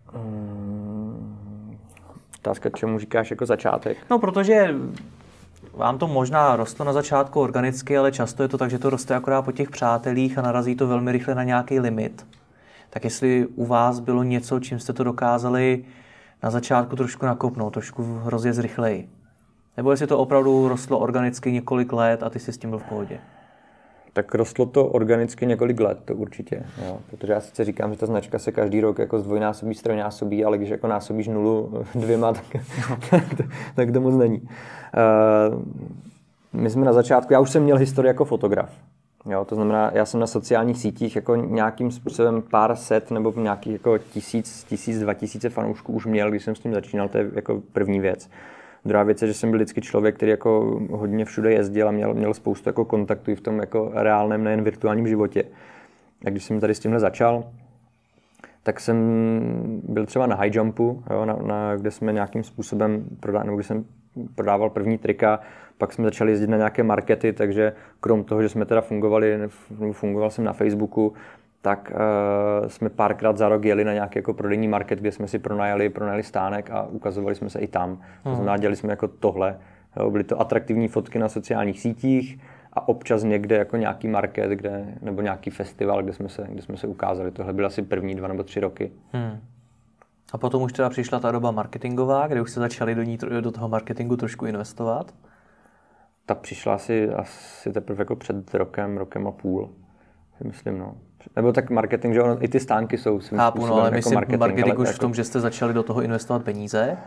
Speaker 2: Otázka, čemu říkáš jako začátek?
Speaker 1: No, protože vám to možná rostlo na začátku organicky, ale často je to tak, že to roste akorát po těch přátelích a narazí to velmi rychle na nějaký limit. Tak jestli u vás bylo něco, čím jste to dokázali na začátku trošku nakopnout, trošku rozjet rychleji. Nebo jestli to opravdu rostlo organicky několik let a ty jsi s tím byl v pohodě?
Speaker 2: Tak rostlo to organicky několik let, to určitě. Jo. Protože já sice říkám, že ta značka se každý rok jako zdvojnásobí, strojnásobí, ale když jako násobíš 0 tak to moc není. My jsme na začátku, já už jsem měl historii jako fotograf. Jo, to znamená, já jsem na sociálních sítích jako nějakým způsobem pár set nebo nějakých jako 1000, 2000 fanoušků už měl, když jsem s tím začínal, to je jako první věc. Druhá věc je, že jsem byl vždycky člověk, který jako hodně všude jezdil a měl spoustu jako kontaktů i v tom jako reálném, nejen virtuálním životě. A když jsem tady s tímhle začal, tak jsem byl třeba na high jumpu, jo, kde jsme nějakým způsobem kde jsem prodával první trika, pak jsme začali jezdit na nějaké markety, takže krom toho, že jsme teda fungoval jsem na Facebooku, tak jsme párkrát za rok jeli na nějaký jako prodejní market, kde jsme si pronajali stánek a ukazovali jsme se i tam. To znamená, dělali jsme jako tohle. Jo, byly to atraktivní fotky na sociálních sítích a občas někde jako nějaký market, nebo nějaký festival, kde jsme se ukázali. Tohle byly asi první 2 nebo 3 roky.
Speaker 1: A potom už teda přišla ta doba marketingová, kde už se začali do toho marketingu trošku investovat?
Speaker 2: Ta přišla asi teprve jako před rokem a půl, myslím, no. Nebo tak marketing, že ono, i ty stánky jsou svým způsobem
Speaker 1: ale
Speaker 2: jako
Speaker 1: myslím marketing už
Speaker 2: jako
Speaker 1: v tom, že jste začali do toho investovat peníze.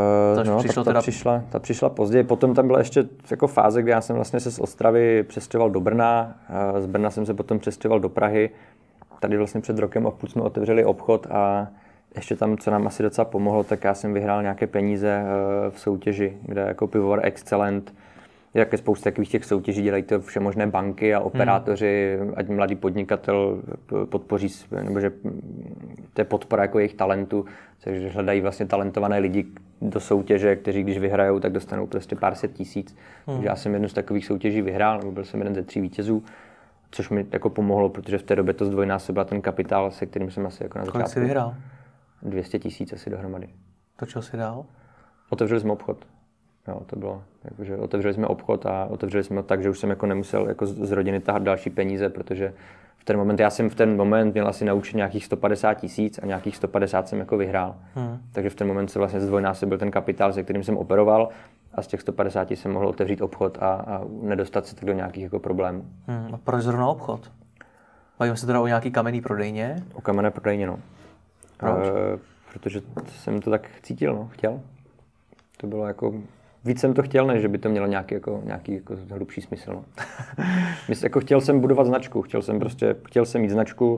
Speaker 2: Ta přišla později. Potom tam byla ještě jako fáze, kdy já jsem vlastně se z Ostravy přestěhoval do Brna. Z Brna jsem se potom přestěhoval do Prahy. Tady vlastně před rokem a půl jsme otevřeli obchod a ještě tam, co nám asi docela pomohlo, tak já jsem vyhrál nějaké peníze v soutěži, kde jako Pivovar Excellent, jaké spousta takových těch soutěží, dělají to všemožné banky a operátoři, ať mladý podnikatel podpoří, nebo že to je podpora jako jejich talentu, takže hledají vlastně talentované lidi do soutěže, kteří když vyhrajou, tak dostanou prostě pár set tisíc. Takže já jsem jednu z takových soutěží vyhrál, nebo byl jsem jeden ze 3 vítězů, což mi jako pomohlo, protože v té době to zdvojnásobila ten kapitál, se kterým jsem asi jako na začátku.
Speaker 1: Kolik jsi vyhrál?
Speaker 2: 200 000 asi dohromady.
Speaker 1: To co jsi dál?
Speaker 2: Otevřeli jsme obchod. Jo, to bylo, jakože otevřeli jsme obchod a otevřeli jsme ho tak, že už jsem jako nemusel jako z rodiny tahat další peníze, protože já jsem v ten moment měl asi naučit nějakých 150 000 a nějakých 150 jsem jako vyhrál. Takže v ten moment se vlastně zdvojnásobil ten kapitál, se kterým jsem operoval a z těch 150 jsem mohl otevřít obchod a nedostat se tak do nějakých jako problémů.
Speaker 1: A proč zrovna obchod? Bavíme se teda o nějaký kamenný prodejně?
Speaker 2: O kamenné prodejně, no.
Speaker 1: Proč?
Speaker 2: Protože jsem to tak cítil, no, chtěl. To bylo jako... Víc jsem to chtěl, než že by to mělo nějaký hlubší smysl. No. Jako chtěl jsem budovat značku, chtěl jsem mít značku,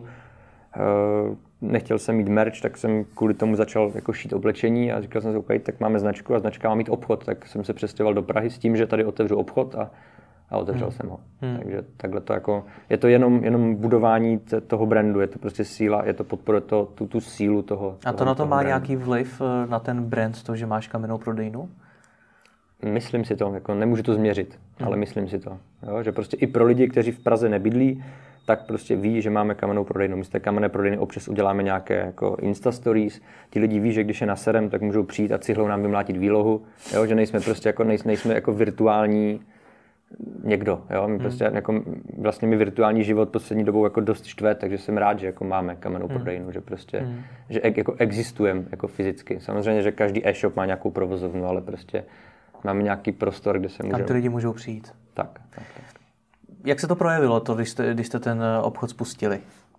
Speaker 2: nechtěl jsem mít merch, tak jsem kvůli tomu začal jako šít oblečení a říkal jsem si, OK, tak máme značku a značka má mít obchod, tak jsem se přestěhoval do Prahy s tím, že tady otevřu obchod a otevřel jsem ho. Takže takhle to jako, je to jenom budování toho brandu, je to prostě síla, je to podporuje tu sílu toho.
Speaker 1: A to na to má brandu. Nějaký vliv na ten brand, to, že máš kamennou prodejnu?
Speaker 2: Myslím si to, jako nemůžu to změřit, ale myslím si to. Jo? Že prostě i pro lidi, kteří v Praze nebydlí, tak prostě ví, že máme kamennou prodejnu. My z té kamenné prodejny občas uděláme nějaké jako Insta stories. Ti lidi ví, že když je na serem, tak můžou přijít a cihlou nám vymlátit výlohu. Jo? Že nejsme prostě jako, nejsme jako virtuální někdo. Jo? My prostě jako, vlastně mi virtuální život poslední dobou jako dost štve, takže jsem rád, že jako máme kamennou prodejnu, že prostě že jako existujeme jako fyzicky. Samozřejmě, že každý e-shop má nějakou provozovnu, ale prostě máme nějaký prostor, kde se můžou...
Speaker 1: Tam ty lidi můžou přijít.
Speaker 2: Tak.
Speaker 1: Jak se to projevilo, když jste ten obchod spustili?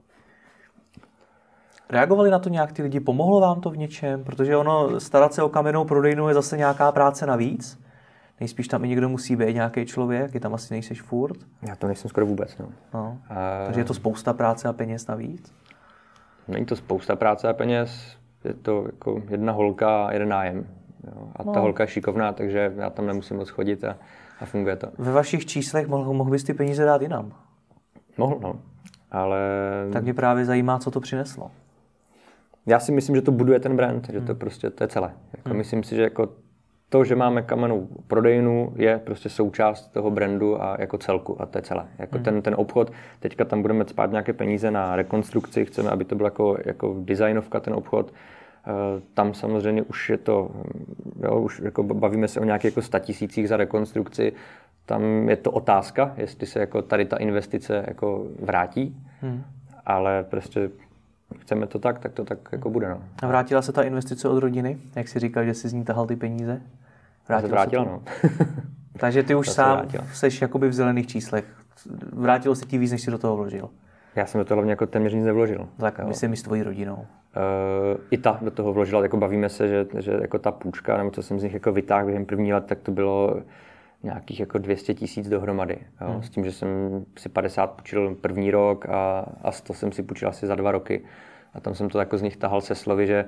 Speaker 1: Reagovali na to nějak ty lidi? Pomohlo vám to v něčem? Protože ono, starat se o kamennou prodejnu je zase nějaká práce navíc. Nejspíš tam i někdo musí být, nějaký člověk, i tam asi nejseš furt.
Speaker 2: Já to nejsem skoro vůbec, no.
Speaker 1: Takže je to spousta práce a peněz navíc?
Speaker 2: Není to spousta práce a peněz, je to jako jedna holka a jeden nájem. Jo. A ta holka je šikovná, takže já tam nemusím moc chodit a funguje to.
Speaker 1: Ve vašich číslech mohl bys ty peníze dát jinam?
Speaker 2: Mohl, no. Ale...
Speaker 1: Tak mě právě zajímá, co to přineslo.
Speaker 2: Já si myslím, že to buduje ten brand, že to prostě to je celé. Jako myslím si, že jako to, že máme kamennou prodejnu, je prostě součást toho brandu a jako celku a to je celé. Jako ten obchod, teďka tam budeme spát nějaké peníze na rekonstrukci, chceme, aby to byla jako designovka ten obchod. Tam samozřejmě už je to, jo, už jako bavíme se o nějakých jako 100 000 za rekonstrukci. Tam je to otázka, jestli se jako tady ta investice jako vrátí, ale prostě chceme to tak to tak jako bude. No.
Speaker 1: A vrátila se ta investice od rodiny? Jak jsi říkal, že jsi z ní tahal ty peníze?
Speaker 2: Vrátila, no.
Speaker 1: Takže ty už sám seš jakoby v zelených číslech. Vrátilo se ti víc, než jsi do toho vložil?
Speaker 2: Já jsem do toho hlavně jako téměř nic nevložil.
Speaker 1: Tak myslím i s tvojí rodinou.
Speaker 2: I ta do toho vložila, jako bavíme se, že jako ta půjčka, nebo co jsem z nich jako vytáhl během první let, tak to bylo nějakých jako 200 000 dohromady. Jo? S tím, že jsem si 50 půjčil první rok a 100 jsem si půjčil asi za 2 roky. A tam jsem to jako z nich tahal se slovy, že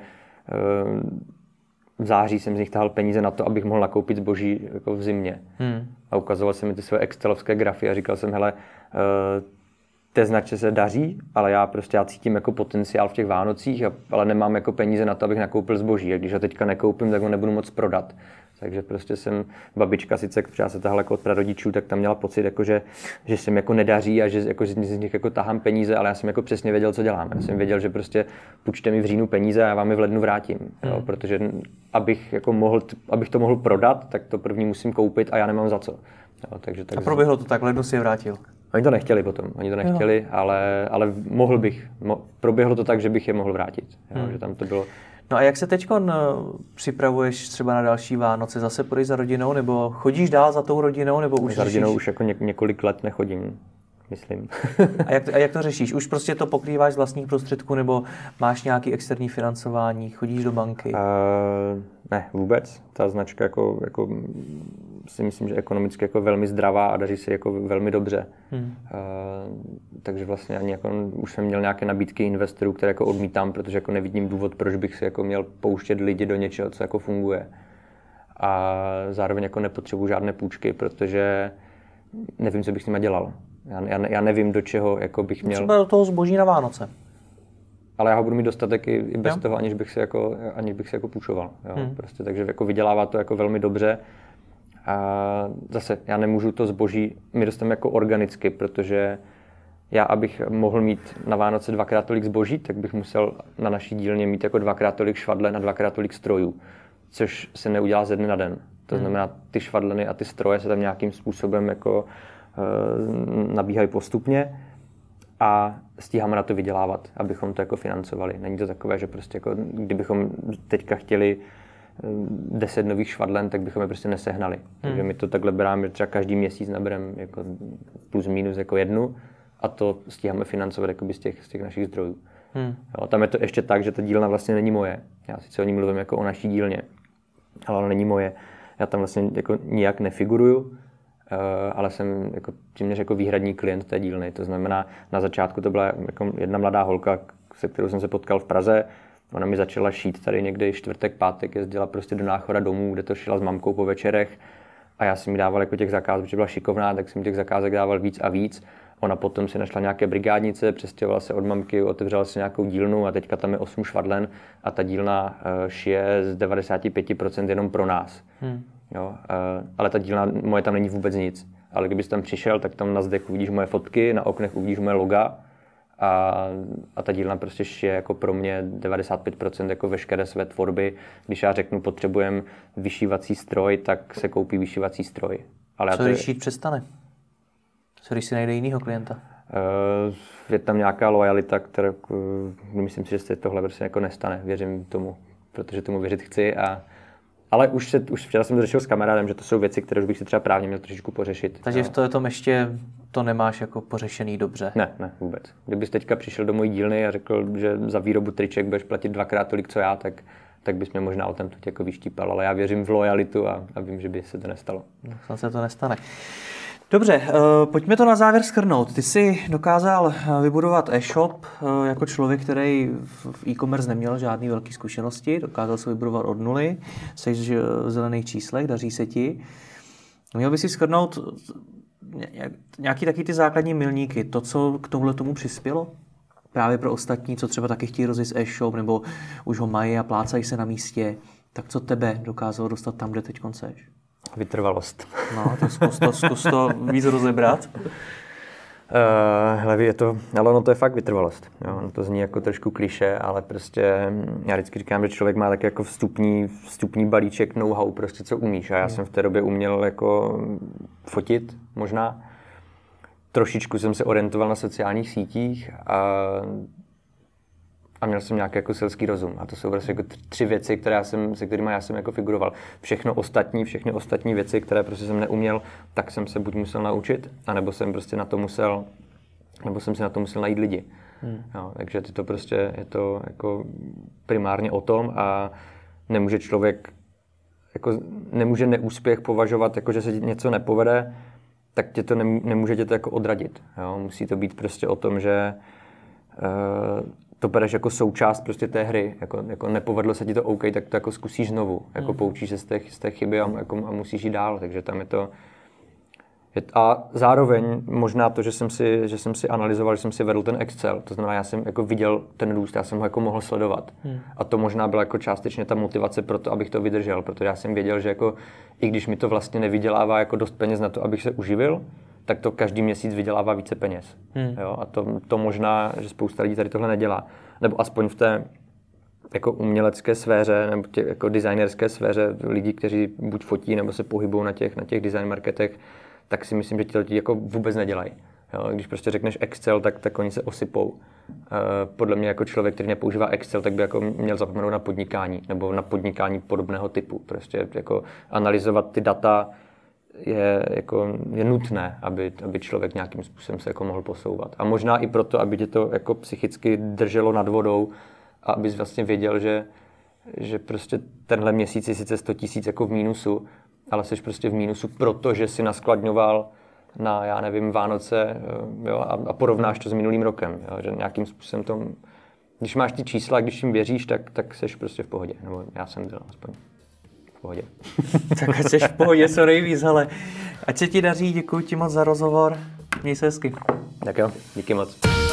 Speaker 2: v září jsem z nich tahal peníze na to, abych mohl nakoupit zboží jako v zimě. A ukazoval jsem mi ty své excelovské grafy a říkal jsem, hele, té značce se daří, ale já cítím jako potenciál v těch Vánocích, ale nemám jako peníze na to, abych nakoupil zboží. A když ho teďka nekoupím, tak ho nebudu moc prodat. Takže prostě babička sice, která se tahala jako od prarodičů, tak tam měla pocit, jako, že se mi jako nedaří a že jako z nich jako tahám peníze, ale já jsem jako přesně věděl, co dělám. Já jsem věděl, že prostě půjčte mi v říjnu peníze a já vám je v lednu vrátím. Jo? Protože abych to mohl prodat, tak to první musím koupit a já nemám za co. Jo?
Speaker 1: A proběhlo to tak, v lednu si je vrátil?
Speaker 2: Oni to nechtěli potom, ale mohl bych. Proběhlo to tak, že bych je mohl vrátit. Jo? Že tam to bylo...
Speaker 1: No a jak se teď připravuješ třeba na další Vánoce? Zase půjdeš za rodinou, nebo chodíš dál za tou rodinou, nebo už
Speaker 2: za rodinou už jako několik let nechodím, myslím.
Speaker 1: A jak to řešíš? Už prostě to pokrýváš z vlastních prostředků, nebo máš nějaký externí financování? Chodíš do banky?
Speaker 2: Ne, vůbec. Ta značka jako si myslím, že ekonomicky jako velmi zdravá a daří se jako velmi dobře. Takže vlastně ani jako, už jsem měl nějaké nabídky investorů, které jako odmítám, protože jako nevidím důvod, proč bych si jako měl pouštět lidi do něčeho, co jako funguje. A zároveň jako nepotřebuji žádné půjčky, protože nevím, co bych s nima dělal. Já nevím, do čeho jako bych měl...
Speaker 1: Třeba do toho zboží na Vánoce.
Speaker 2: Ale já ho budu mít dostatek i bez toho, aniž bych si jako půjčoval. Jo? Prostě, takže jako vydělává to jako velmi dobře. A zase, já nemůžu to zboží, my dostaneme jako organicky, protože já, abych mohl mít na Vánoce 2x tolik zboží, tak bych musel na naší dílně mít jako 2x tolik švadlen a 2x tolik strojů, což se neudělá ze dne na den. To znamená, ty švadleny a ty stroje se tam nějakým způsobem jako nabíhají postupně a stíháme na to vydělávat, abychom to jako financovali. Není to takové, že prostě jako, kdybychom teďka chtěli 10 nových švadlen, tak bychom je prostě nesehnali. Takže my to takhle bereme, že třeba každý měsíc nabereme jako plus minus jako 1 a to stíháme financovat jakoby z těch našich zdrojů. Jo, tam je to ještě tak, že ta dílna vlastně není moje. Já sice o ní mluvím jako o naší dílně, ale ona není moje. Já tam vlastně jako nijak nefiguruju, ale jsem jako téměř jako výhradní klient té dílny. To znamená, na začátku to byla jako jedna mladá holka, se kterou jsem se potkal v Praze. Ona mi začala šít tady někdy čtvrtek, pátek, jezdila prostě do Náchoda domů, kde to šila s mamkou po večerech a já si mi dával jako těch zakázek, protože byla šikovná, tak jsem těch zakázek dával víc a víc. Ona potom si našla nějaké brigádnice, přestěhovala se od mamky, otevřela si nějakou dílnu a teďka tam je 8 švadlen a ta dílna šije z 95% jenom pro nás. Jo, ale ta dílna moje tam není vůbec nic. Ale kdybys tam přišel, tak tam na zdech uvidíš moje fotky, na oknech uvidíš moje loga a ta dílna prostě šije jako pro mě 95% jako veškeré své tvorby. Když já řeknu, potřebujeme vyšívací stroj, tak se koupí vyšívací stroj. Ale
Speaker 1: co když šít přestane? Co když si najde jinýho klienta?
Speaker 2: Je tam nějaká lojalita, která myslím si, že se tohle prostě jako nestane. Věřím tomu, protože tomu věřit chci. Ale už včera jsem to řešil s kamarádem, že to jsou věci, které už bych si třeba právně měl trošičku pořešit.
Speaker 1: Takže v tom ještě to nemáš jako pořešený dobře?
Speaker 2: Ne, vůbec. Kdybys teďka přišel do mojí dílny a řekl, že za výrobu triček budeš platit 2x tolik, co já, tak bys mě možná o tom teď jako vyštípal. Ale já věřím v lojalitu a vím, že by se to nestalo.
Speaker 1: Snad se to nestane. Dobře, pojďme to na závěr shrnout. Ty jsi dokázal vybudovat e-shop jako člověk, který v e-commerce neměl žádný velký zkušenosti, dokázal se vybudovat od nuly, jsi v zelených číslech, daří se ti. Měl bys si shrnout nějaký taky ty základní milníky, to, co k tomu přispělo? Právě pro ostatní, co třeba taky chtějí rozjet e-shop, nebo už ho mají a plácají se na místě, tak co tebe dokázalo dostat tam, kde teď seš?
Speaker 2: Vytrvalost.
Speaker 1: No, tak zkus to víc rozebrat.
Speaker 2: Ale ono to je fakt vytrvalost. Jo? To zní jako trošku klišé, ale prostě já vždycky říkám, že člověk má tak jako vstupní balíček know-how, prostě co umíš. A já jsem v té době uměl jako fotit možná. Trošičku jsem se orientoval na sociálních sítích a měl jsem nějaký jako selský rozum. A to jsou prostě jako 3 věci, se kterými já jsem jako figuroval. Všechny ostatní věci, které prostě jsem neuměl, tak jsem se buď musel naučit, anebo jsem prostě jsem si na to musel najít lidi. Jo, takže je to jako primárně o tom a nemůže člověk jako nemůže neúspěch považovat, jako že se ti něco nepovede, tak tě to nemůže tě to jako odradit. Jo? Musí to být prostě o tom, že to bereš jako součást prostě té hry. Jako nepovedlo se ti to OK, tak to jako zkusíš znovu. Jako poučíš se z té chyby a musíš jít dál. Takže tam je to... A zároveň možná to, že jsem si analyzoval, že jsem si vedl ten Excel. To znamená, já jsem jako viděl ten růst, já jsem ho jako mohl sledovat. A to možná byla jako částečně ta motivace pro to, abych to vydržel. Protože já jsem věděl, že jako, i když mi to vlastně nevydělává jako dost peněz na to, abych se uživil, tak to každý měsíc vydělává více peněz. Jo? A to možná, že spousta lidí tady tohle nedělá. Nebo aspoň v té jako umělecké sféře nebo jako designerské sféře lidí, kteří buď fotí nebo se pohybují na těch design marketech, tak si myslím, že ti lidi jako vůbec nedělají. Jo? Když prostě řekneš Excel, tak oni se osypou. Podle mě jako člověk, který nepoužívá Excel, tak by jako měl zapomenout na podnikání nebo na podnikání podobného typu. Prostě jako analyzovat ty data je nutné, aby člověk nějakým způsobem se jako mohl posouvat. A možná i proto, aby tě to jako psychicky drželo nad vodou a abys vlastně věděl, že prostě tenhle měsíc je sice 100 000 jako v mínusu, ale jsi prostě v mínusu, protože si naskladňoval na, já nevím, Vánoce, jo, a porovnáš to s minulým rokem. Jo, že nějakým způsobem tom, když máš ty čísla, když jim věříš, tak jsi prostě v pohodě. Nebo já jsem byl aspoň v pohodě.
Speaker 1: Tak ať jsi v pohodě, co nejvíc, ale ať se ti daří, děkuji ti moc za rozhovor, měj se hezky.
Speaker 2: Tak jo, díky moc.